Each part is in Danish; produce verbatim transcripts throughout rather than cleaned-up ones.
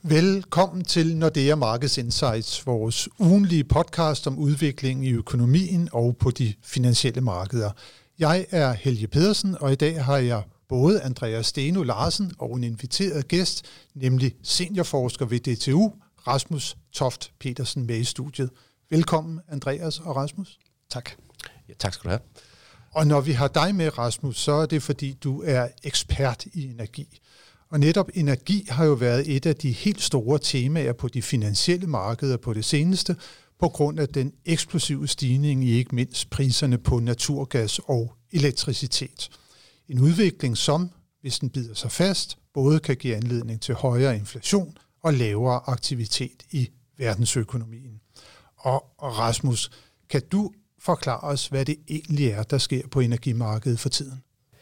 Velkommen til Nordea Markets Insights, vores ugenlige podcast om udviklingen i økonomien og på de finansielle markeder. Jeg er Helge Pedersen, og i dag har jeg både Andreas Steno Larsen og en inviteret gæst, nemlig seniorforsker ved D T U, Rasmus Toft Petersen, med i studiet. Velkommen, Andreas og Rasmus. Tak. Ja, tak skal du have. Og når vi har dig med, Rasmus, så er det fordi, du er ekspert i energi. Og netop energi har jo været et af de helt store temaer på de finansielle markeder på det seneste, på grund af den eksplosive stigning i ikke mindst priserne på naturgas og elektricitet. En udvikling, som, hvis den bider sig fast, både kan give anledning til højere inflation og lavere aktivitet i verdensøkonomien. Og Rasmus, kan du forklare os, hvad det egentlig er, der sker på energimarkedet for tiden?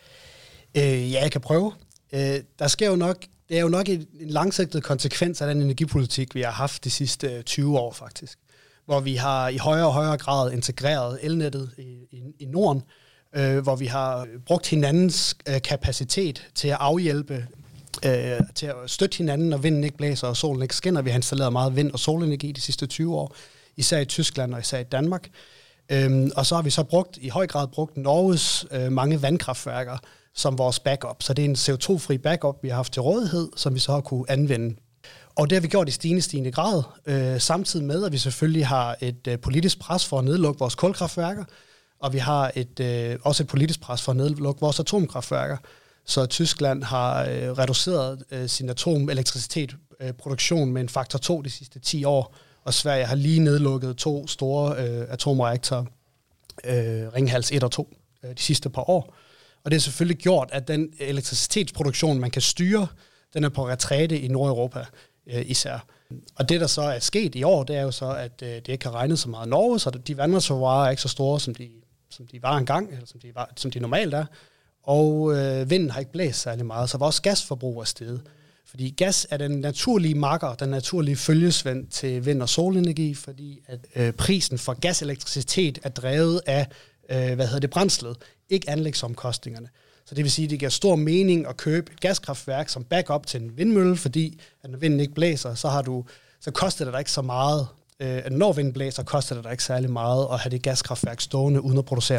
Øh, ja, jeg kan prøve. Øh, der sker jo nok, det er jo nok en, en langsigtet konsekvens af den energipolitik, vi har haft de sidste tyve år faktisk, hvor vi har i højere og højere grad integreret elnettet i, i, i Norden, øh, hvor vi har brugt hinandens øh, kapacitet til at afhjælpe, øh, til at støtte hinanden, når vinden ikke blæser og solen ikke skinner. Vi har installeret meget vind- og solenergi de sidste tyve år, især i Tyskland og især i Danmark. Øhm, og så har vi så brugt, i høj grad brugt Norges øh, mange vandkraftværker som vores backup. Så det er en C O to fri backup, vi har haft til rådighed, som vi så har kunne anvende. Og det har vi gjort i stigende, stigende grad, øh, samtidig med, at vi selvfølgelig har et øh, politisk pres for at nedlukke vores kulkraftværker, og vi har et, øh, også et politisk pres for at nedlukke vores atomkraftværker. Så Tyskland har øh, reduceret øh, sin atomelektricitetsproduktion øh, med en faktor to de sidste ti år, og Sverige har lige nedlukket to store øh, atomreaktorer, øh, Ringhals et og to, øh, de sidste par år. Og det har selvfølgelig gjort, at den elektricitetsproduktion, man kan styre, den er på retræte i Nordeuropa øh, især. Og det, der så er sket i år, det er jo så, at øh, det ikke har regnet så meget i Norge, så de vandreservoirer er ikke så store, som de, som de var engang, eller som de, var, som de normalt er. Og øh, vinden har ikke blæst særlig meget, så vores gasforbrug er steget. Fordi gas er den naturlige makker, den naturlige følgesvend til vind- og solenergi, fordi at øh, prisen for gaselektricitet er drevet af øh, hvad hedder det, brændslet, ikke anlægsomkostningerne. Så det vil sige, at det giver stor mening at købe et gaskraftværk som backup til en vindmølle, fordi at når vinden ikke blæser, så har du, så koster det dig ikke så meget. Øh, når vinden blæser, koster det dig ikke særlig meget at have det gaskraftværk stående uden at producere.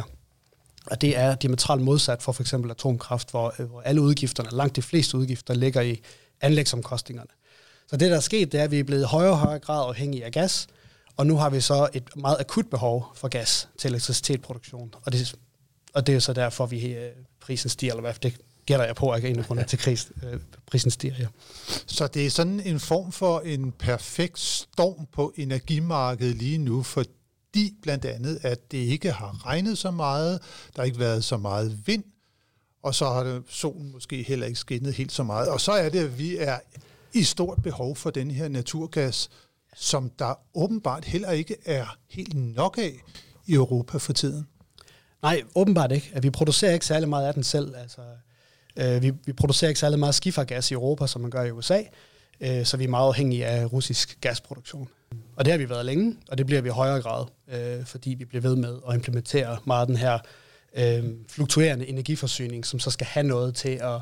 Og det er diametralt modsat for f.eks. atomkraft, hvor, hvor alle udgifterne, langt de fleste udgifter, ligger i anlægsomkostningerne. Så det, der er sket, det er, at vi er blevet i højere og højere grad afhængige af gas, og nu har vi så et meget akut behov for gas til elektricitetsproduktion. Og det, og det er så derfor, vi øh, prisen stiger, eller hvad det gætter jeg på, at jeg egentlig til kris, øh, prisen stiger. Ja. Så det er sådan en form for en perfekt storm på energimarkedet lige nu, fordi blandt andet, at det ikke har regnet så meget, der har ikke været så meget vind, og så har det, solen måske heller ikke skinnet helt så meget. Og så er det, at vi er i stort behov for den her naturgas, som der åbenbart heller ikke er helt nok af i Europa for tiden. Nej, åbenbart ikke. Vi producerer ikke særlig meget af den selv. Altså, øh, vi, vi producerer ikke særlig meget skifergas i Europa, som man gør i U S A, øh, så vi er meget afhængige af russisk gasproduktion. Og det har vi været længe, og det bliver vi i højere grad, øh, fordi vi bliver ved med at implementere meget af den her øh, fluktuerende energiforsyning, som så skal have noget til at,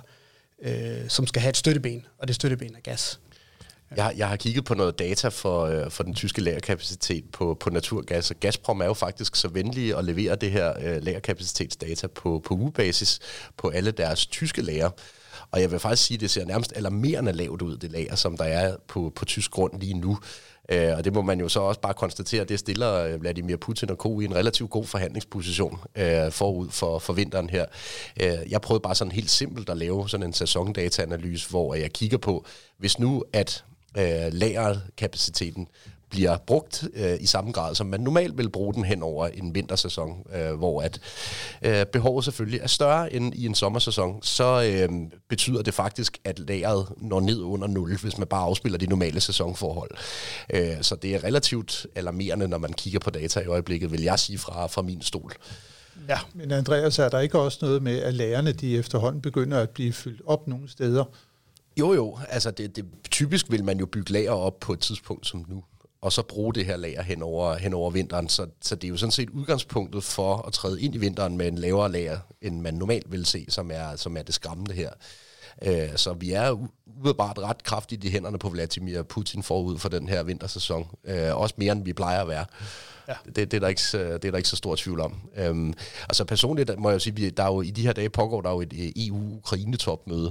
øh, som skal have et støtteben, og det støtteben er gas. Jeg, jeg har kigget på noget data for, øh, for den tyske lagerkapacitet på, på naturgas, og Gazprom er jo faktisk så venlige at levere det her øh, lagerkapacitetsdata på, på ugebasis på alle deres tyske lager. Og jeg vil faktisk sige, at det ser nærmest alarmerende lavt ud, det lager, som der er på, på tysk grund lige nu. Øh, og det må man jo så også bare konstatere, det stiller Vladimir Putin og co. i en relativt god forhandlingsposition øh, forud for, for vinteren her. Øh, jeg prøvede bare sådan helt simpelt at lave sådan en sæsondata-analyse, hvor jeg kigger på, hvis nu at øh, lagerkapaciteten bliver brugt øh, i samme grad, som man normalt vil bruge den hen over en vintersæson, øh, hvor at øh, behovet selvfølgelig er større end i en sommersæson, så øh, betyder det faktisk, at lageret når ned under nul, hvis man bare afspiller de normale sæsonforhold. Øh, så det er relativt alarmerende, når man kigger på data i øjeblikket, vil jeg sige fra, fra min stol. Ja, men Andreas, er der ikke også noget med, at lagerne de efterhånden begynder at blive fyldt op nogle steder? Jo jo, altså det, det, typisk vil man jo bygge lager op på et tidspunkt som nu, og så bruge det her lager hen over, hen over vinteren. Så, så det er jo sådan set udgangspunktet for at træde ind i vinteren med en lavere lager, end man normalt vil se, som er, som er det skræmmende her. Øh, så vi er umiddelbart ret kraftigt i hænderne på Vladimir Putin forud for den her vintersæson. Øh, også mere, end vi plejer at være. Ja. Det, det, er der ikke, det er der ikke så stor tvivl om. Øhm, altså personligt må jeg sige, der er jo, i de her dage pågår der jo et E U-Ukraine-topmøde.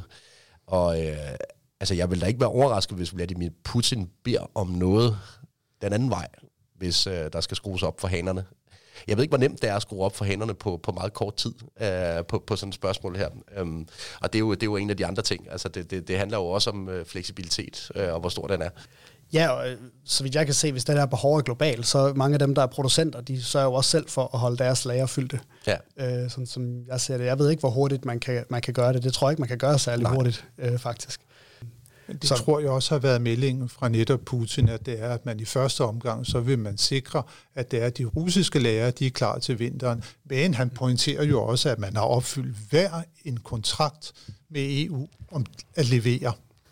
Og øh, altså, jeg vil da ikke være overrasket, hvis Vladimir Putin beder om noget den anden vej, hvis øh, der skal skrues op for hanerne. Jeg ved ikke, hvor nemt det er at skrue op for hanerne på, på meget kort tid øh, på, på sådan et spørgsmål her. Um, og det er, jo, det er jo en af de andre ting. Altså, det, det, det handler jo også om øh, fleksibilitet, øh, og hvor stor den er. Ja, og så vidt jeg kan se, hvis det der behov er globalt, så mange af dem, der er producenter, de sørger jo også selv for at holde deres lager fyldte. Ja. Øh, sådan som jeg ser det. Jeg ved ikke, hvor hurtigt man kan, man kan gøre det. Det tror jeg ikke, man kan gøre særlig Nej. hurtigt, øh, faktisk. Men det så. tror jeg også har været meldingen fra netop Putin, at det er, at man i første omgang, så vil man sikre, at det er de russiske lager, de er klar til vinteren. Men han pointerer jo også, at man har opfyldt hver en kontrakt med E U om at levere.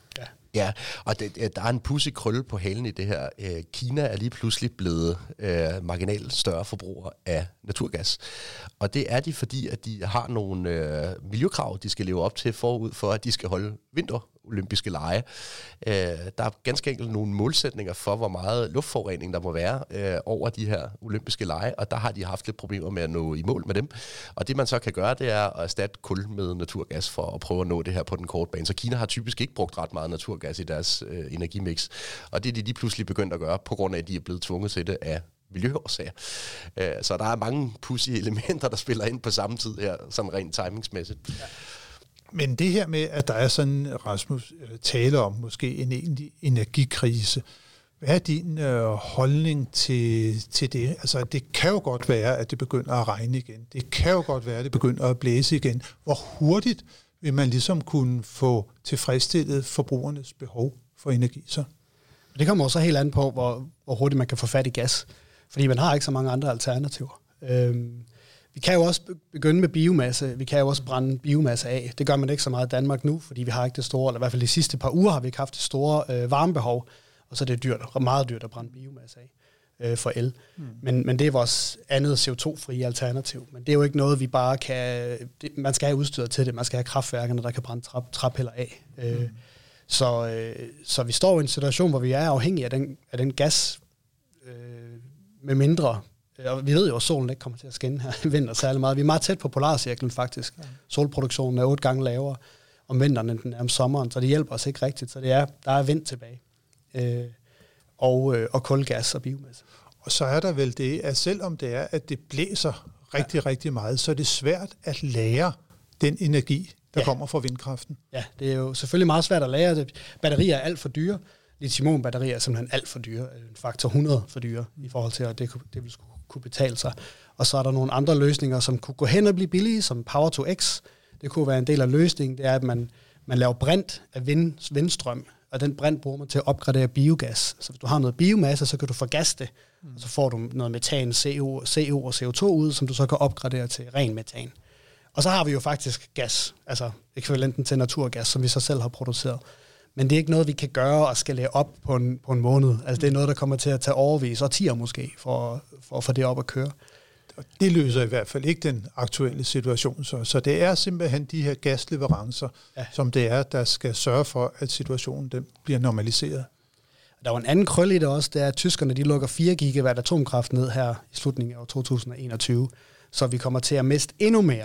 Ja, og det, der er en pudsig krølle på halen i det her. Kina er lige pludselig blevet øh, marginalt større forbruger af naturgas. Og det er de, fordi at de har nogle øh, miljøkrav, de skal leve op til forud for, at de skal holde vinterolympiske lege. Øh, der er ganske enkelt nogle målsætninger for, hvor meget luftforurening der må være øh, over de her olympiske lege, og der har de haft lidt problemer med at nå i mål med dem. Og det man så kan gøre, det er at erstatte kul med naturgas for at prøve at nå det her på den korte bane. Så Kina har typisk ikke brugt ret meget naturgas i deres øh, energimix, og det er de lige pludselig begyndt at gøre, på grund af, at de er blevet tvunget til det af miljøårsager. Øh, så der er mange pudsige elementer, der spiller ind på samme tid her, som rent timingsmæssigt. Ja. Men det her med, at der er sådan, Rasmus taler om, måske en egentlig energikrise, hvad er din øh, holdning til, til det? Altså, det kan jo godt være, at det begynder at regne igen. Det kan jo godt være, at det begynder at blæse igen. Hvor hurtigt vil man ligesom kunne få tilfredsstillet forbrugernes behov for energi så? Det kommer også helt an på, hvor, hvor hurtigt man kan få fat i gas. Fordi man har ikke så mange andre alternativer. Øhm, vi kan jo også begynde med biomasse. Vi kan jo også brænde biomasse af. Det gør man ikke så meget i Danmark nu, fordi vi har ikke det store, eller i hvert fald de sidste par uger har vi ikke haft det store øh, varmebehov, og så er det dyrt, meget dyrt at brænde biomasse af øh, for el. Mm. Men, men det er vores andet C O to-frie alternativ. Men det er jo ikke noget, vi bare kan... Det, man skal have udstyret til det. Man skal have kraftværkerne, der kan brænde trap, træpiller af. Mm. Øh, så, øh, så vi står i en situation, hvor vi er afhængige af den, af den gas øh, med mindre... Og vi ved jo, at solen ikke kommer til at skinne her i vinter særlig meget. Vi er meget tæt på polarcirklen faktisk. Ja. Solproduktionen er otte gange lavere om vinteren, end den er om sommeren, så det hjælper os ikke rigtigt. Så det er, der er vind tilbage. Øh, og, øh, og kulgas og biomasse. Og så er der vel det, at selvom det er, at det blæser rigtig, ja. rigtig meget, så er det svært at lagre den energi, der ja. kommer fra vindkraften. Ja, det er jo selvfølgelig meget svært at lagre. Batterier er alt for dyre. Lithium-batterier er simpelthen alt for dyre. En faktor hundrede for dyre i forhold til, at det, det vil kunne betale sig. Og så er der nogle andre løsninger, som kunne gå hen og blive billige, som Power to X. Det kunne være en del af løsningen. Det er, at man, man laver brint af vind, vindstrøm, og den brint bruger man til at opgradere biogas. Så hvis du har noget biomasse, så kan du forgasse det, mm. og så får du noget metan, C O, C O og C O to ud, som du så kan opgradere til ren metan. Og så har vi jo faktisk gas, altså ekvivalenten til naturgas, som vi så selv har produceret. Men det er ikke noget, vi kan gøre og skalere op på en, på en måned. Altså det er noget, der kommer til at tage overvis, og tier måske, for, for at få det op at køre. Og det løser i hvert fald ikke den aktuelle situation. Så, så det er simpelthen de her gasleverancer, ja. som det er, der skal sørge for, at situationen den bliver normaliseret. Der var en anden krølle i det også, det er, at tyskerne de lukker fire gigawatt atomkraft ned her i slutningen af to tusind og enogtyve. Så vi kommer til at miste endnu mere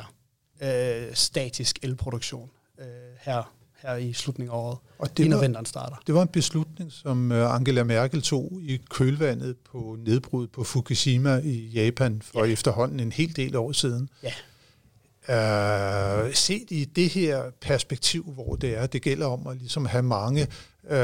øh, statisk elproduktion øh, her her i slutningen af året, og det når vinteren starter. Det var en beslutning, som Angela Merkel tog i kølvandet på nedbrud på Fukushima i Japan for ja. efterhånden en hel del år siden. Ja. Uh, set i det her perspektiv, hvor det er, det gælder om at ligesom have mange uh,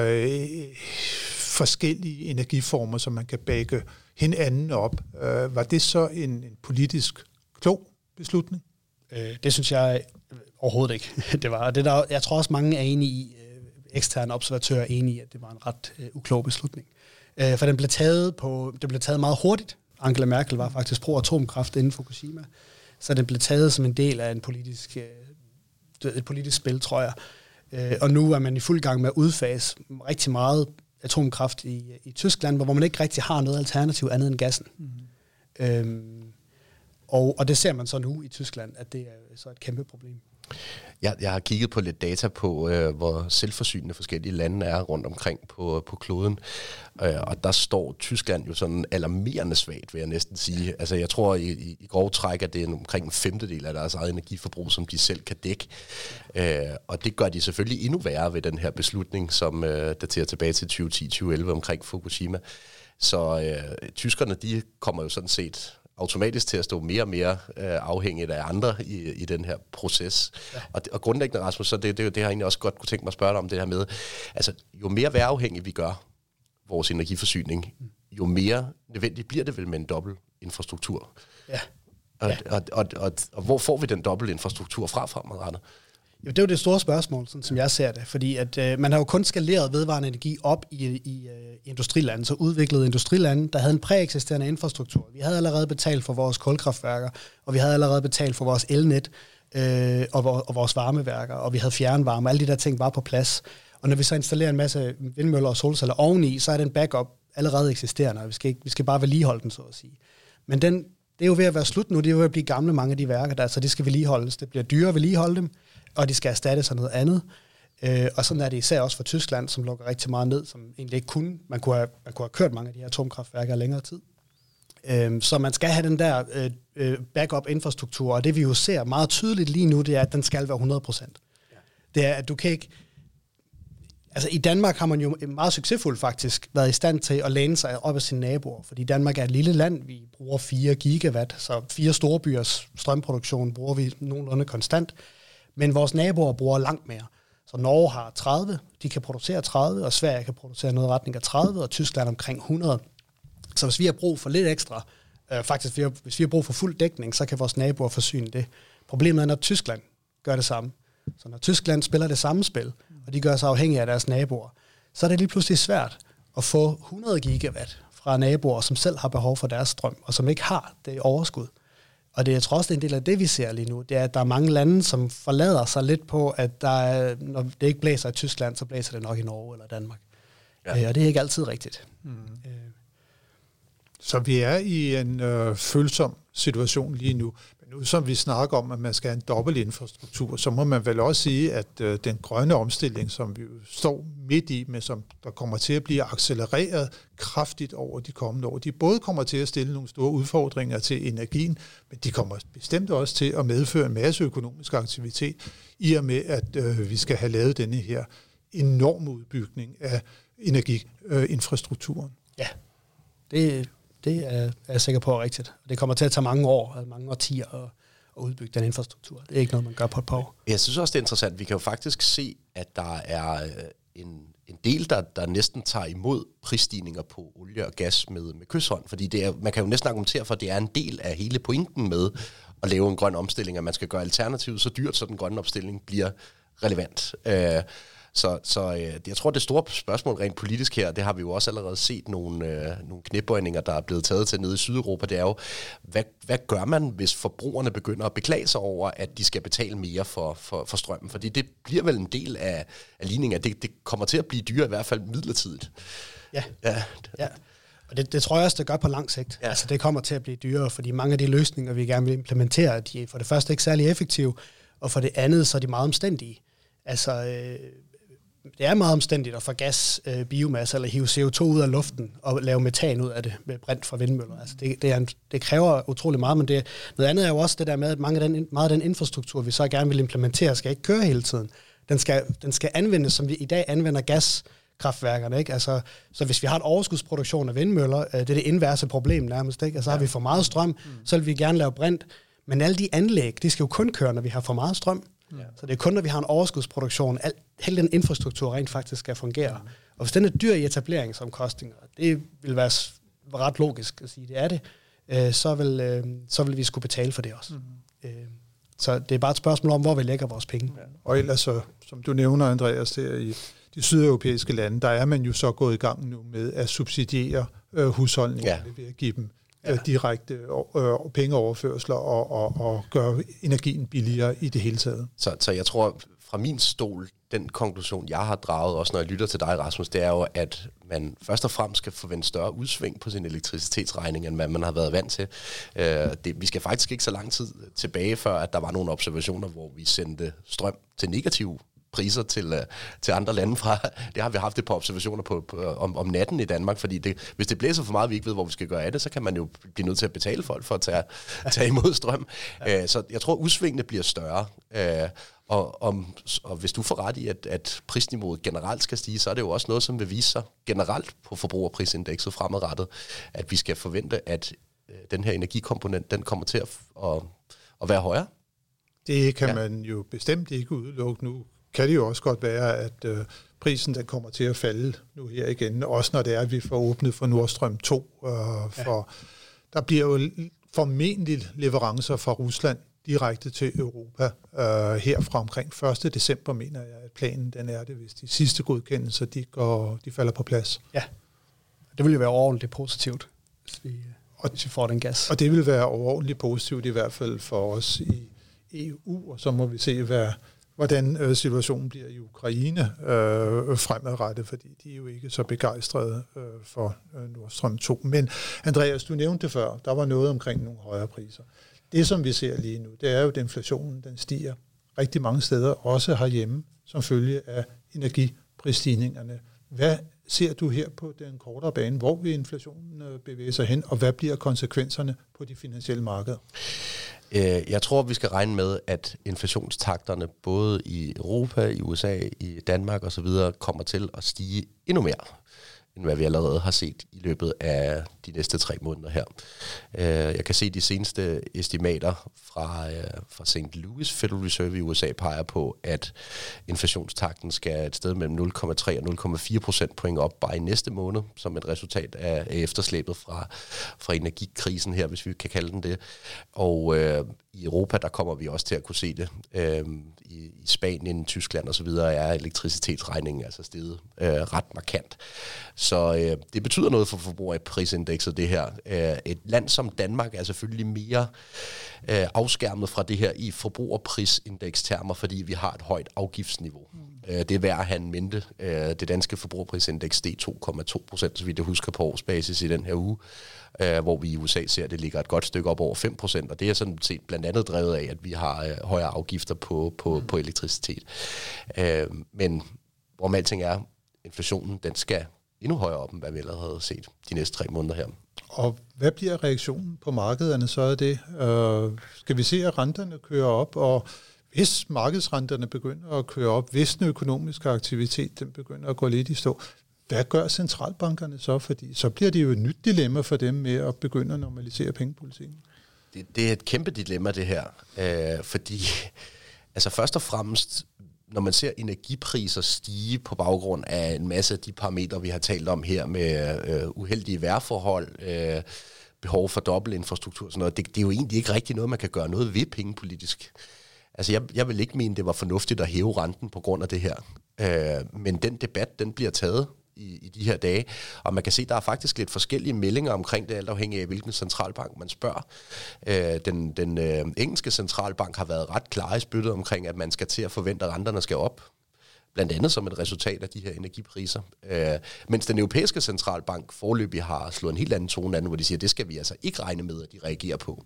forskellige energiformer, som man kan bagge hinanden op. Uh, var det så en, en politisk klog beslutning? Uh, det synes jeg overhovedet ikke. Det var det der, jeg tror også mange er enige i, øh, eksterne observatører er enige i, at det var en ret øh, uklog beslutning. Øh, for den blev taget på, det blev taget meget hurtigt. Angela Merkel var faktisk pro-atomkraft inden Fukushima, så den blev taget som en del af en politisk, øh, et politisk spil, tror jeg. Øh, og nu er man i fuld gang med at udfase rigtig meget atomkraft i, i Tyskland, hvor man ikke rigtig har noget alternativ andet end gassen. Mm. Øh, Og, og det ser man så nu i Tyskland, at det er så et kæmpe problem. Jeg, jeg har kigget på lidt data på, øh, hvor selvforsynende forskellige lande er rundt omkring på, på kloden. Øh, og der står Tyskland jo sådan alarmerende svagt, vil jeg næsten sige. Altså jeg tror i, i, i grove træk, at det er omkring en femtedel af deres eget energiforbrug, som de selv kan dække. Øh, og det gør de selvfølgelig endnu værre ved den her beslutning, som øh, daterer tilbage til tyve ti til tyve elleve omkring Fukushima. Så øh, tyskerne, de kommer jo sådan set automatisk til at stå mere og mere øh, afhængigt af andre i, i den her proces. Ja. Og, og grundlæggende, Rasmus, så det, det, det har jeg egentlig også godt kunne tænke mig at spørge dig om det her med, altså jo mere vejrafhængigt vi gør vores energiforsyning, jo mere nødvendigt bliver det vel med en dobbelt infrastruktur. Ja. Og, ja. Og, og, og, og, og hvor får vi den dobbelt infrastruktur fra fremadrettet? Jo, det er jo det store spørgsmål, sådan som jeg ser det, fordi at øh, man har jo kun skaleret vedvarende energi op i, i øh, industrilande, så udviklede industrilande, der havde en præeksisterende infrastruktur. Vi havde allerede betalt for vores kulkraftværker, og vi havde allerede betalt for vores elnet øh, og, og vores varmeværker, og vi havde fjernvarme, og alle de der ting var på plads. Og når vi så installerer en masse vindmøller og solceller oveni, så er den backup allerede eksisterende, og vi skal, ikke, vi skal bare vedligeholde den, så at sige. Men den, det er jo ved at være slut nu, det er jo ved at blive gamle, mange af de værker der, så det skal vedligeholdes. Det bliver dyrere at vedligeholde dem, og de skal erstattes af noget andet. Øh, og sådan er det især også for Tyskland, som lukker rigtig meget ned, som egentlig ikke kunne. Man kunne have, man kunne have kørt mange af de her atomkraftværker længere tid. Øh, så man skal have den der øh, backup-infrastruktur, og det vi jo ser meget tydeligt lige nu, det er, at den skal være hundrede procent. Ja. Det er, at du kan ikke... Altså i Danmark har man jo meget succesfuldt faktisk været i stand til at læne sig op af sine naboer, fordi Danmark er et lille land, vi bruger fire gigawatt, så fire storbyers strømproduktion bruger vi nogenlunde konstant. Men vores naboer bruger langt mere. Så Norge har tredive, de kan producere tredive, og Sverige kan producere noget i retning af tredive, og Tyskland omkring hundrede. Så hvis vi har brug for lidt ekstra, øh, faktisk hvis vi har brug for fuld dækning, så kan vores naboer forsyne det. Problemet er, når Tyskland gør det samme. Så når Tyskland spiller det samme spil, og de gør sig afhængige af deres naboer, så er det lige pludselig svært at få hundrede gigawatt fra naboer, som selv har behov for deres strøm, og som ikke har det overskud. Og det er trods en del af det, vi ser lige nu, det er, at der er mange lande, som forlader sig lidt på, at der er, når det ikke blæser i Tyskland, så blæser det nok i Norge eller Danmark. Ja. Øh, og det er ikke altid rigtigt. Mm. Øh. Så vi er i en øh, følsom situation lige nu. Men nu som vi snakker om, at man skal have en dobbelt infrastruktur, så må man vel også sige, at øh, den grønne omstilling, som vi står midt i, men som der kommer til at blive accelereret kraftigt over de kommende år, de både kommer til at stille nogle store udfordringer til energien, men de kommer bestemt også til at medføre en masse økonomisk aktivitet, i og med, at øh, vi skal have lavet denne her enorme udbygning af energiinfrastrukturen. Ja, det Det er, er jeg sikker på er rigtigt. Det kommer til at tage mange år, altså mange årtier at, at udbygge den infrastruktur. Det er ikke noget, man gør på et par år. Jeg synes også, det er interessant. Vi kan jo faktisk se, at der er en, en del, der, der næsten tager imod prisstigninger på olie og gas med, med kyshånd. Fordi det er, man kan jo næsten argumentere for, at det er en del af hele pointen med at lave en grøn omstilling, at man skal gøre alternativet så dyrt, så den grønne omstilling bliver relevant. Øh, Så, så øh, jeg tror, det store spørgsmål rent politisk her, det har vi jo også allerede set nogle, øh, nogle knæbøjninger, der er blevet taget til nede i Sydeuropa, det er jo, hvad, hvad gør man, hvis forbrugerne begynder at beklage sig over, at de skal betale mere for, for, for strømmen? Fordi det bliver vel en del af, af ligningen, det, det kommer til at blive dyrere, i hvert fald midlertidigt. Ja, ja. ja. Og det, det tror jeg også, det gør på lang sigt. Ja. Altså, det kommer til at blive dyrere, fordi mange af de løsninger, vi gerne vil implementere, de er for det første ikke særlig effektive, og for det andet, så er de meget omstændige. Altså... Øh, Det er meget omstændigt at få gas, øh, biomasse eller hive C O to ud af luften og lave metan ud af det med brint fra vindmøller. Altså det, det, er en, det kræver utrolig meget, men det, noget andet er jo også det der med, at mange af den, meget af den infrastruktur, vi så gerne vil implementere, skal ikke køre hele tiden. Den skal, den skal anvendes, som vi i dag anvender gaskraftværkerne. Ikke? Altså, så hvis vi har et overskudsproduktion af vindmøller, øh, det er det inverse problem nærmest, ikke? Altså har vi for meget strøm, mm. så vil vi gerne lave brint. Men alle de anlæg, de skal jo kun køre, når vi har for meget strøm. Ja. Så det er kun, når vi har en overskudsproduktion, al, hele den infrastruktur rent faktisk skal fungere. Mm. Og hvis den er dyr i etableringsomkostninger, det vil være ret logisk at sige, det er det, øh, så, vil, øh, så vil vi skulle betale for det også. Mm. Øh, så det er bare et spørgsmål om, hvor vi lægger vores penge. Ja. Og ellers, så, som du nævner, Andreas, der i de sydeuropæiske lande, der er man jo så gået i gang nu med at subsidiere øh, husholdningerne ja. ved at give dem ja. direkte øh, pengeoverførsler og, og, og gøre energien billigere i det hele taget. Så, så jeg tror, fra min stol, den konklusion, jeg har draget, også når jeg lytter til dig, Rasmus, det er jo, at man først og fremmest skal forvente større udsving på sin elektricitetsregning, end hvad man har været vant til. Øh, det, vi skal faktisk ikke så lang tid tilbage, før at der var nogle observationer, hvor vi sendte strøm til negative priser til, uh, til andre lande fra. Det har vi haft et par observationer på, på om, om natten i Danmark, fordi det, hvis det blæser for meget, vi ikke ved, hvor vi skal gøre af det, så kan man jo blive nødt til at betale folk for at tage, tage imod strøm. Ja. Uh, så jeg tror, udsvingene bliver større. Uh, og, om, og hvis du får ret i, at, at prisniveauet generelt skal stige, så er det jo også noget, som vil vise sig generelt på forbrugerprisindekset fremadrettet, at vi skal forvente, at uh, den her energikomponent, den kommer til at, at, at være højere. Det kan ja. man jo bestemt ikke udelukke nu. Kan det jo også godt være, at øh, prisen den kommer til at falde nu her igen, også når det er, at vi får åbnet for Nord Stream to. Øh, for ja. Der bliver jo formentlig leverancer fra Rusland direkte til Europa øh, her fra omkring første december, mener jeg, at planen den er det, hvis de sidste godkendelser de går, de falder på plads. Ja, det vil jo være overordentligt positivt, hvis vi, og, hvis vi får den gas. Og det vil være overordentligt positivt i hvert fald for os i E U, og så må vi se, hvad hvordan øh, situationen bliver i Ukraine øh, fremadrettet, fordi de er jo ikke så begejstrede øh, for øh, Nord Stream to. Men Andreas, du nævnte det før, der var noget omkring nogle højere priser. Det, som vi ser lige nu, det er jo, at inflationen den stiger rigtig mange steder, også herhjemme, som følge af energiprisstigningerne. Hvad ser du her på den kortere bane? Hvor vil inflationen øh, bevæge sig hen, og hvad bliver konsekvenserne på de finansielle markeder? Jeg tror, vi skal regne med, at inflationstakterne både i Europa, i U S A, i Danmark osv. kommer til at stige endnu mere, end hvad vi allerede har set i løbet af de næste tre måneder her. Jeg kan se de seneste estimater fra, fra Saint Louis Federal Reserve i U S A peger på, at inflationstakten skal et sted mellem nul komma tre og nul komma fire procentpoint op bare i næste måned, som et resultat af efterslæbet fra, fra energikrisen her, hvis vi kan kalde den det. Og øh, i Europa, der kommer vi også til at kunne se det. Øh, i, I Spanien, Tyskland osv. er elektricitetsregningen altså steget øh, ret markant. Så øh, det betyder noget for forbrugerprisindekset, det her. Øh, et land som Danmark er selvfølgelig mere øh, afskærmet fra det her i forbrugerprisindekstermer, fordi vi har et højt afgiftsniveau. Mm. Øh, det er værd at have en mente. Øh, det danske forbrugerprisindeks steg to komma to procent, så vidt jeg husker på årsbasis i den her uge, øh, hvor vi i U S A ser, at det ligger et godt stykke op over fem procent, og det er sådan set blandt andet drevet af, at vi har øh, højere afgifter på, på, mm. på elektricitet. Øh, men hvor alting er, inflationen, den skal endnu højere op, end hvad vi allerede havde set de næste tre måneder her. Og hvad bliver reaktionen på markederne så er det? Øh, skal vi se, at renterne kører op, og hvis markedsrenterne begynder at køre op, hvis den økonomiske aktivitet den begynder at gå lidt i stå, hvad gør centralbankerne så? Fordi så bliver det jo et nyt dilemma for dem med at begynde at normalisere pengepolitikken. Det, det er et kæmpe dilemma, det her. Øh, fordi altså først og fremmest, når man ser energipriser stige på baggrund af en masse af de parametre, vi har talt om her med øh, uheldige vejrforhold, øh, behov for dobbeltinfrastruktur og sådan noget, det, det er jo egentlig ikke rigtig noget, man kan gøre noget ved pengepolitisk. Altså jeg, jeg vil ikke mene, det var fornuftigt at hæve renten på grund af det her. Øh, men den debat, den bliver taget i, i de her dage, og man kan se, der er faktisk lidt forskellige meldinger omkring det, alt afhængig af, hvilken centralbank man spørger. Øh, den den øh, engelske centralbank har været ret klar i spyttet omkring, at man skal til at forvente, at renterne skal op, blandt andet som et resultat af de her energipriser. Øh, mens den europæiske centralbank foreløbig har slået en helt anden tone an, hvor de siger, at det skal vi altså ikke regne med, at de reagerer på.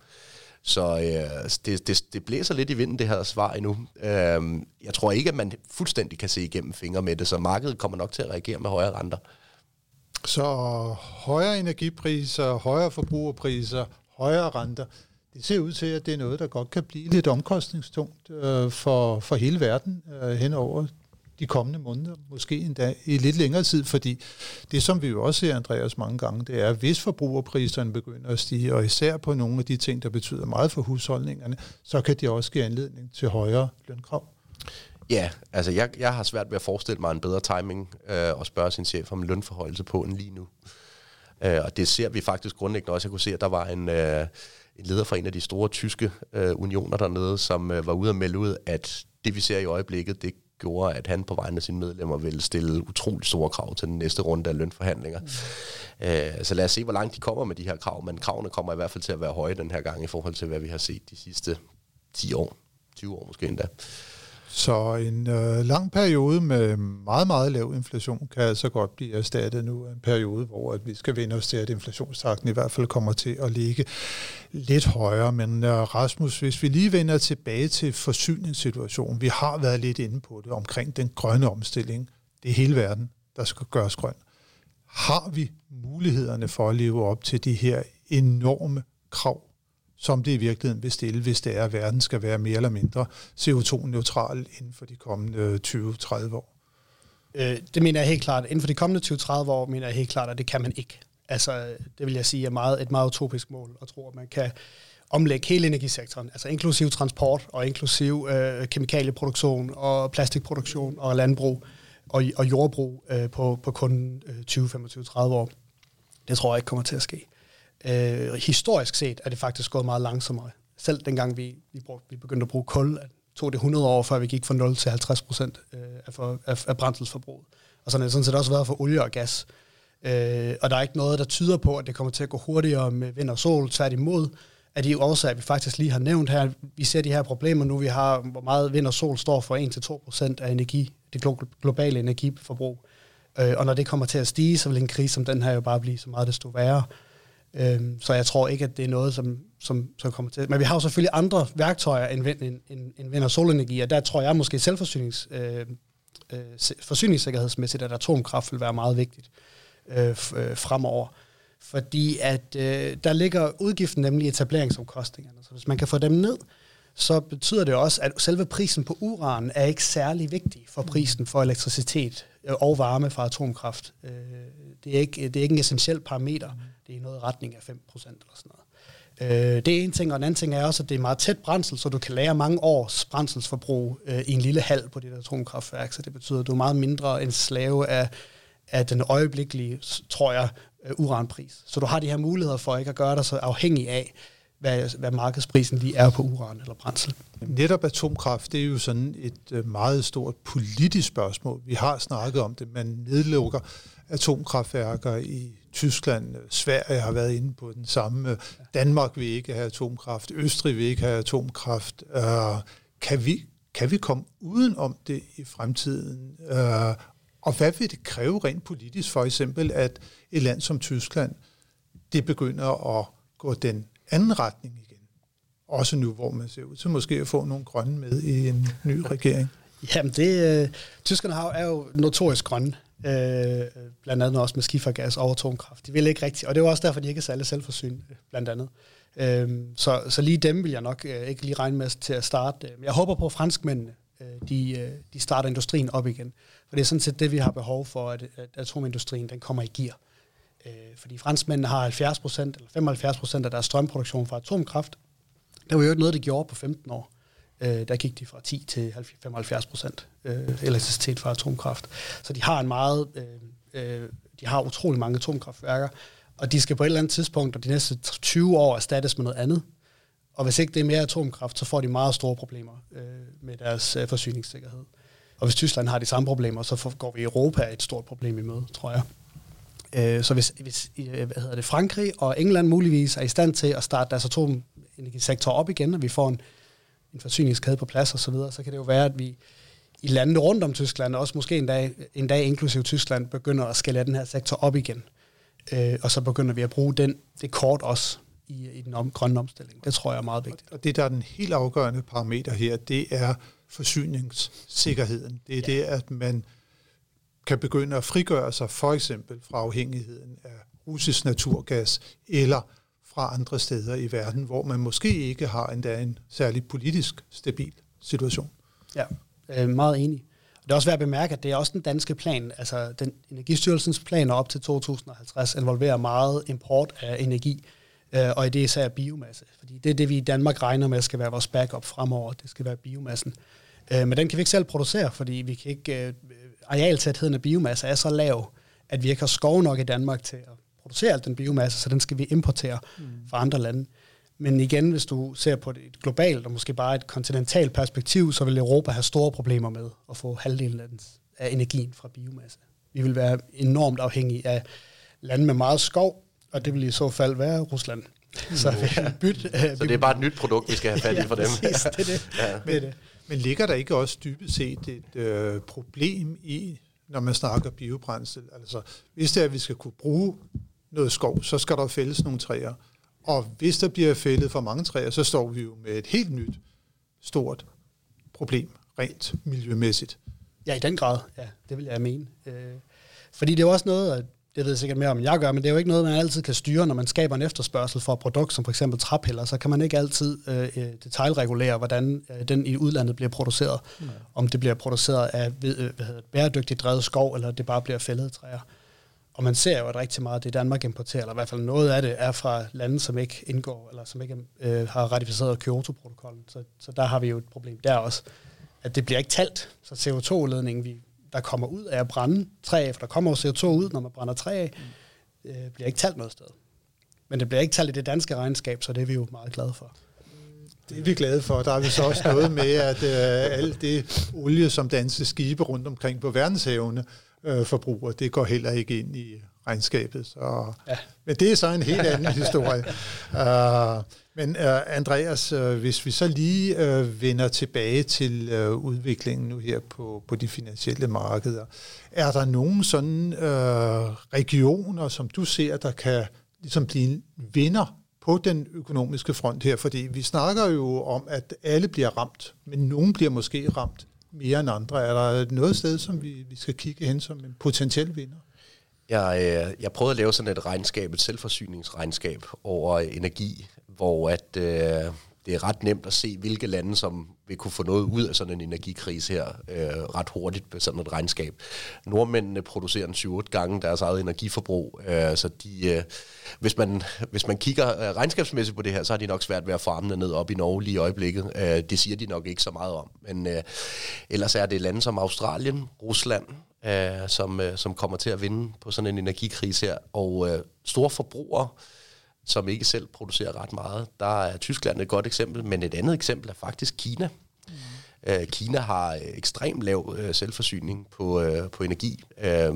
Så øh, det, det, det blæser lidt i vinden, det her svar endnu. Øh, jeg tror ikke, at man fuldstændig kan se igennem fingre med det, så markedet kommer nok til at reagere med højere renter. Så højere energipriser, højere forbrugerpriser, højere renter, det ser ud til, at det er noget, der godt kan blive lidt omkostningstungt øh, for, for hele verden øh, hen over de kommende måneder, måske endda i lidt længere tid, fordi det, som vi jo også ser, Andreas, mange gange, det er, hvis forbrugerpriserne begynder at stige, og især på nogle af de ting, der betyder meget for husholdningerne, så kan det også give anledning til højere lønkrav. Ja, altså jeg, jeg har svært ved at forestille mig en bedre timing øh, og spørge sin chef om en lønforhøjelse på end lige nu. Øh, og det ser vi faktisk grundlæggende også. Jeg kunne se, at der var en, øh, en leder fra en af de store tyske øh, unioner dernede, som øh, var ude at melde ud, at det vi ser i øjeblikket, det gjorde, at han på vegne af sine medlemmer ville stille utroligt store krav til den næste runde af lønforhandlinger. Mm. Øh, så lad os se, hvor langt de kommer med de her krav, men kravene kommer i hvert fald til at være høje den her gang i forhold til, hvad vi har set de sidste ti år, tyve år måske endda. Så en øh, lang periode med meget, meget lav inflation kan altså godt blive erstattet nu af en periode, hvor at vi skal vende os til, at inflationstakten i hvert fald kommer til at ligge lidt højere. Men øh, Rasmus, hvis vi lige vender tilbage til forsyningssituationen, vi har været lidt inde på det omkring den grønne omstilling. Det er hele verden, der skal gøres grøn. Har vi mulighederne for at leve op til de her enorme krav, som det i virkeligheden vil stille, hvis det er, at verden skal være mere eller mindre C O to neutral inden for de kommende tyve til tredive år? Øh, det mener jeg helt klart. Inden for de kommende tyve til tredive år mener jeg helt klart, at det kan man ikke. Altså, det vil jeg sige er meget, et meget utopisk mål, at tro, at man kan omlægge hele energisektoren, altså inklusiv transport og inklusiv øh, kemikalieproduktion og plastikproduktion og landbrug og, og jordbrug øh, på, på kun øh, tyve, femogtyve, tredive år. Det tror jeg ikke kommer til at ske. Øh, historisk set er det faktisk gået meget langsommere. Selv dengang vi, vi, brugte, vi begyndte at bruge kul, tog det hundrede år, før vi gik fra nul til halvtreds procent øh, af, af, af brændselsforbruget. Og sådan har det sådan set også været for olie og gas. Øh, og der er ikke noget, der tyder på, at det kommer til at gå hurtigere med vind og sol. Tværtimod er de årsager, vi faktisk lige har nævnt her. Vi ser de her problemer nu. Vi har, hvor meget vind og sol står for en til to procent af energi, det globale energiforbrug. Øh, og når det kommer til at stige, så vil en krise som den her jo bare blive så meget desto værre. Så jeg tror ikke, at det er noget, som, som, som kommer til. Men vi har jo selvfølgelig andre værktøjer end vind, end, end, end vind- og solenergi, og der tror jeg måske selvforsynings, øh, øh, forsyningssikkerhedsmæssigt, at atomkraft vil være meget vigtigt øh, fremover. Fordi at øh, der ligger udgiften nemlig etableringsomkostningerne. Så hvis man kan få dem ned, så betyder det også, at selve prisen på uran er ikke særlig vigtig for prisen for elektricitet og varme fra atomkraft. Det er ikke, det er ikke en essentiel parameter. Det er noget i retning af fem procent eller sådan noget. Det er en ting, og en anden ting er også, at det er meget tæt brændsel, så du kan lære mange års brændselsforbrug i en lille hal på dit atomkraftværk. Så det betyder, at du er meget mindre en slave af, af den øjeblikkelige, tror jeg, uranpris. Så du har de her muligheder for ikke at gøre dig så afhængig af, Hvad, hvad markedsprisen lige er på uran eller brændsel. Netop atomkraft, det er jo sådan et meget stort politisk spørgsmål. Vi har snakket om det. Man nedlukker atomkraftværker i Tyskland. Sverige har været inde på den samme. Danmark vil ikke have atomkraft. Østrig vil ikke have atomkraft. Uh, kan, vi, kan vi komme uden om det i fremtiden? Uh, og hvad vil det kræve rent politisk, for eksempel, at et land som Tyskland, det begynder at gå den anden retning igen. Også nu, hvor man ser ud til måske at få nogle grønne med i en ny regering. Jamen, det, øh, tyskerne har, er jo notorisk grønne, øh, blandt andet også med skifergas og atomkraft. De vil ikke rigtigt, og det er jo også derfor, de ikke er særlig selvforsynende, blandt andet. Øh, så, så lige dem vil jeg nok øh, ikke lige regne med til at starte. Jeg håber på, at franskmændene øh, de, øh, de starter industrien op igen. For det er sådan set det, vi har behov for, at, at atomindustrien den kommer i gear. Fordi franskmændene har halvfjerds procent eller femoghalvfjerds procent af deres strømproduktion fra atomkraft. Det var jo ikke noget, de gjorde på femten år. Der gik de fra ti til femoghalvfjerds procent elektricitet fra atomkraft. Så de har en meget, de har utrolig mange atomkraftværker, og de skal på et eller andet tidspunkt, og de næste tyve år, erstattes med noget andet. Og hvis ikke det er mere atomkraft, så får de meget store problemer med deres forsyningssikkerhed. Og hvis Tyskland har de samme problemer, så går vi i Europa et stort problem i møde, tror jeg. Så hvis, hvis hvad hedder det, Frankrig og England muligvis er i stand til at starte deres atomenergisektor op igen, og vi får en, en forsyningskæde på plads og så videre, så kan det jo være, at vi i landene rundt om Tyskland, og også måske en dag, en dag inklusive Tyskland, begynder at skalere den her sektor op igen. Øh, og så begynder vi at bruge den, det kort også i, i den om, grønne omstilling. Det tror jeg er meget vigtigt. Og det, der er den helt afgørende parameter her, det er forsyningssikkerheden. Det er ja. det, at man kan begynde at frigøre sig for eksempel fra afhængigheden af russisk naturgas eller fra andre steder i verden, hvor man måske ikke har endda en særlig politisk stabil situation. Ja, øh, meget enig. Det er også værd at bemærke, at det er også den danske plan, altså den Energistyrelsens planer op til to tusind og halvtreds involverer meget import af energi, øh, og i det især biomasse. Fordi det er det, vi i Danmark regner med, skal være vores backup fremover. Det skal være biomassen. Øh, men den kan vi ikke selv producere, fordi vi kan ikke... Øh, arealtætheden af biomasse er så lav, at vi ikke har skov nok i Danmark til at producere al den biomasse, så den skal vi importere mm. fra andre lande. Men igen, hvis du ser på et globalt og måske bare et kontinentalt perspektiv, så vil Europa have store problemer med at få halvdelen af energien fra biomasse. Vi vil være enormt afhængige af lande med meget skov, og det vil i så fald være Rusland. Mm. Så, vi byt, så det er bare et nyt produkt, vi skal have fat i ja, for dem. Præcis, det er det. Ja. det, er det. Men ligger der ikke også dybest set et øh, problem i, når man snakker biobrændsel? Altså, hvis det er, at vi skal kunne bruge noget skov, så skal der fældes nogle træer. Og hvis der bliver fældet for mange træer, så står vi jo med et helt nyt, stort problem, rent miljømæssigt. Ja, i den grad. Ja, det vil jeg mene. Øh, fordi det er jo også noget, og det ved jeg sikkert mere om, jeg gør, men det er jo ikke noget, man altid kan styre, når man skaber en efterspørgsel for et produkt, som for eksempel træpiller, så kan man ikke altid øh, detailregulere, hvordan øh, den i udlandet bliver produceret. Mm. Om det bliver produceret af øh, hvad hedder, bæredygtigt drevet skov, eller det bare bliver fældet træer. Og man ser jo, at rigtig meget det Danmark importerer, eller i hvert fald noget af det, er fra lande, som ikke indgår, eller som ikke øh, har ratificeret Kyoto-protokollen. Så, så der har vi jo et problem der også, at det bliver ikke talt. Så C O to udledningen, vi, der kommer ud af at brænde træ af, for der kommer jo C O to ud, når man brænder træ af, øh, bliver ikke talt noget sted. Men det bliver ikke talt i det danske regnskab, så det er vi jo meget glade for. Det er vi glade for. Der er vi så også noget med, at øh, alt det olie, som danske skibe rundt omkring på verdenshavene øh, forbruger, det går heller ikke ind i regnskabet. Så, ja. Men det er så en helt anden historie. Uh, men uh, Andreas, uh, hvis vi så lige uh, vender tilbage til uh, udviklingen nu her på, på de finansielle markeder, er der nogen sådan uh, regioner, som du ser, der kan ligesom blive en vinder på den økonomiske front her? Fordi vi snakker jo om, at alle bliver ramt, men nogen bliver måske ramt mere end andre. Er der noget sted, som vi, vi skal kigge hen som en potentiel vinder? Jeg, øh, jeg prøvede at lave sådan et regnskab, et selvforsyningsregnskab over energi, hvor at, øh, det er ret nemt at se, hvilke lande, som vil kunne få noget ud af sådan en energikrise her øh, ret hurtigt med sådan et regnskab. Nordmændene producerer en syv otte gange deres eget energiforbrug, øh, så de, øh, hvis, man, hvis man kigger øh, regnskabsmæssigt på det her, så har de nok svært ved at få armene ned op i Norge lige i øjeblikket. Øh, det siger de nok ikke så meget om, men øh, ellers er det lande som Australien, Rusland, øh, som, øh, som kommer til at vinde på sådan en energikrise her, og øh, store forbrugere, som ikke selv producerer ret meget. Der er Tyskland et godt eksempel, men et andet eksempel er faktisk Kina. Mm. Øh, Kina har ekstremt lav øh, selvforsyning på, øh, på energi, øh,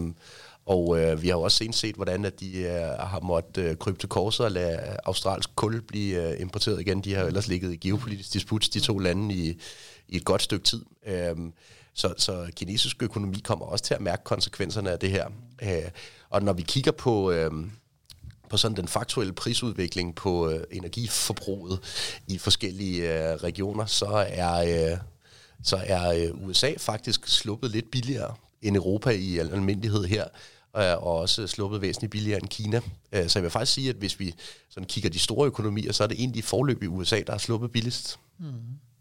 og øh, vi har jo også senest set, hvordan at de øh, har måttet øh, krybe til korset og lade australsk kul blive øh, importeret igen. De har jo ellers ligget i geopolitisk disput, de to lande, i, i et godt stykke tid. Øh, så, så kinesisk økonomi kommer også til at mærke konsekvenserne af det her. Øh, og når vi kigger på... Øh, på sådan den faktuelle prisudvikling på øh, energiforbruget i forskellige øh, regioner, så er, øh, så er øh, U S A faktisk sluppet lidt billigere end Europa i almindelighed her, øh, og også sluppet væsentligt billigere end Kina. Øh, så jeg vil faktisk sige, at hvis vi sådan kigger de store økonomier, så er det egentlig forløb i U S A, der har sluppet billigst. Mm.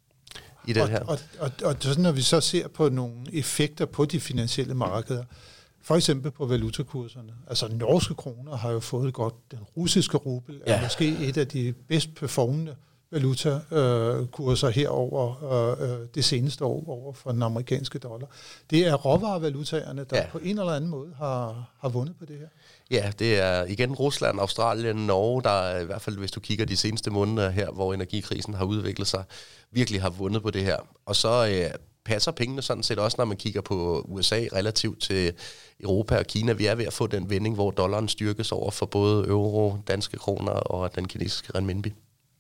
I den her. Og, og, og, og når vi så ser på nogle effekter på de finansielle markeder, for eksempel på valutakurserne. Altså norske kroner har jo fået godt. Den russiske rubel er ja. måske et af de bedst performende valutakurser øh, herover øh, det seneste år over for den amerikanske dollar. Det er råvarevalutaerne, der ja. på en eller anden måde har, har vundet på det her. Ja, det er igen Rusland, Australien, Norge, der er, i hvert fald hvis du kigger de seneste måneder her, hvor energikrisen har udviklet sig, virkelig har vundet på det her. Og så øh, passer pengene sådan set også, når man kigger på U S A relativt til Europa og Kina. Vi er ved at få den vending, hvor dollaren styrkes over for både euro, danske kroner og den kinesiske renminbi.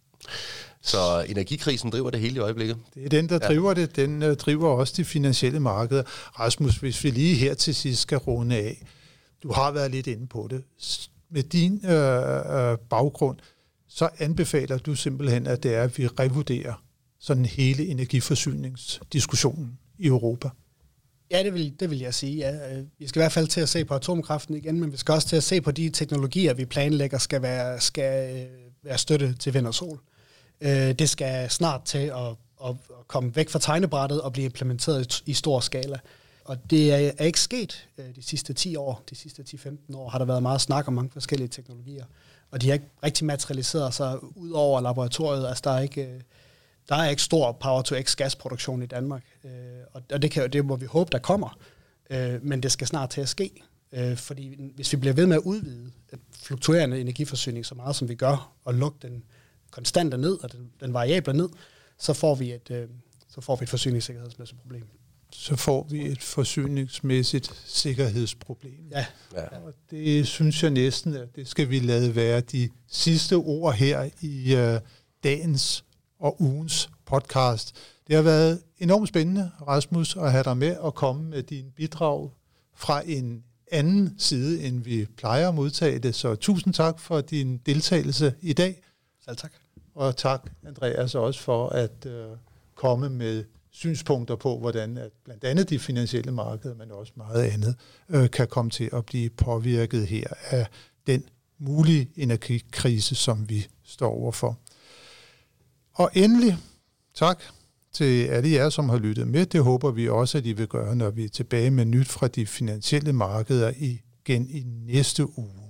Så energikrisen driver det hele i øjeblikket. Det er den, der driver ja. det. Den uh, driver også de finansielle markeder. Rasmus, hvis vi lige her til sidst skal runde af. Du har været lidt inde på det. Med din øh, øh, baggrund, så anbefaler du simpelthen, at det er, at vi revurderer sådan hele energiforsyningsdiskussionen i Europa. Ja, det vil, det vil jeg sige. Ja. Vi skal i hvert fald til at se på atomkraften igen, men vi skal også til at se på de teknologier, vi planlægger skal være, skal være støtte til vind og sol. Det skal snart til at, at komme væk fra tegnebrættet og blive implementeret i stor skala. Og det er ikke sket de sidste ti år. De sidste ti til femten år har der været meget snak om mange forskellige teknologier. Og de har ikke rigtig materialiseret sig ud over laboratoriet. Altså, der er ikke... Der er ikke stor power-to-x gasproduktion i Danmark, øh, og det, kan, det må vi håbe, der kommer. Øh, men det skal snart til at ske, øh, fordi hvis vi bliver ved med at udvide fluktuerende energiforsyning så meget, som vi gør, og lukke den konstante ned, og den, den variable ned, så får vi et, øh, så får vi et forsyningssikkerhedsmæssigt problem. Så får vi et forsyningsmæssigt sikkerhedsproblem. Ja. ja. Og det synes jeg næsten, at det skal vi lade være de sidste ord her i øh, dagens og ugens podcast. Det har været enormt spændende, Rasmus, at have dig med og komme med din bidrag fra en anden side, end vi plejer at modtage det. Så tusind tak for din deltagelse i dag. Selv tak. Og tak, Andreas, også for at øh, komme med synspunkter på, hvordan at blandt andet de finansielle markeder, men også meget andet, øh, kan komme til at blive påvirket her af den mulige energikrise, som vi står overfor. Og endelig, tak til alle jer, som har lyttet med. Det håber vi også, at I vil gøre, når vi er tilbage med nyt fra de finansielle markeder igen i næste uge.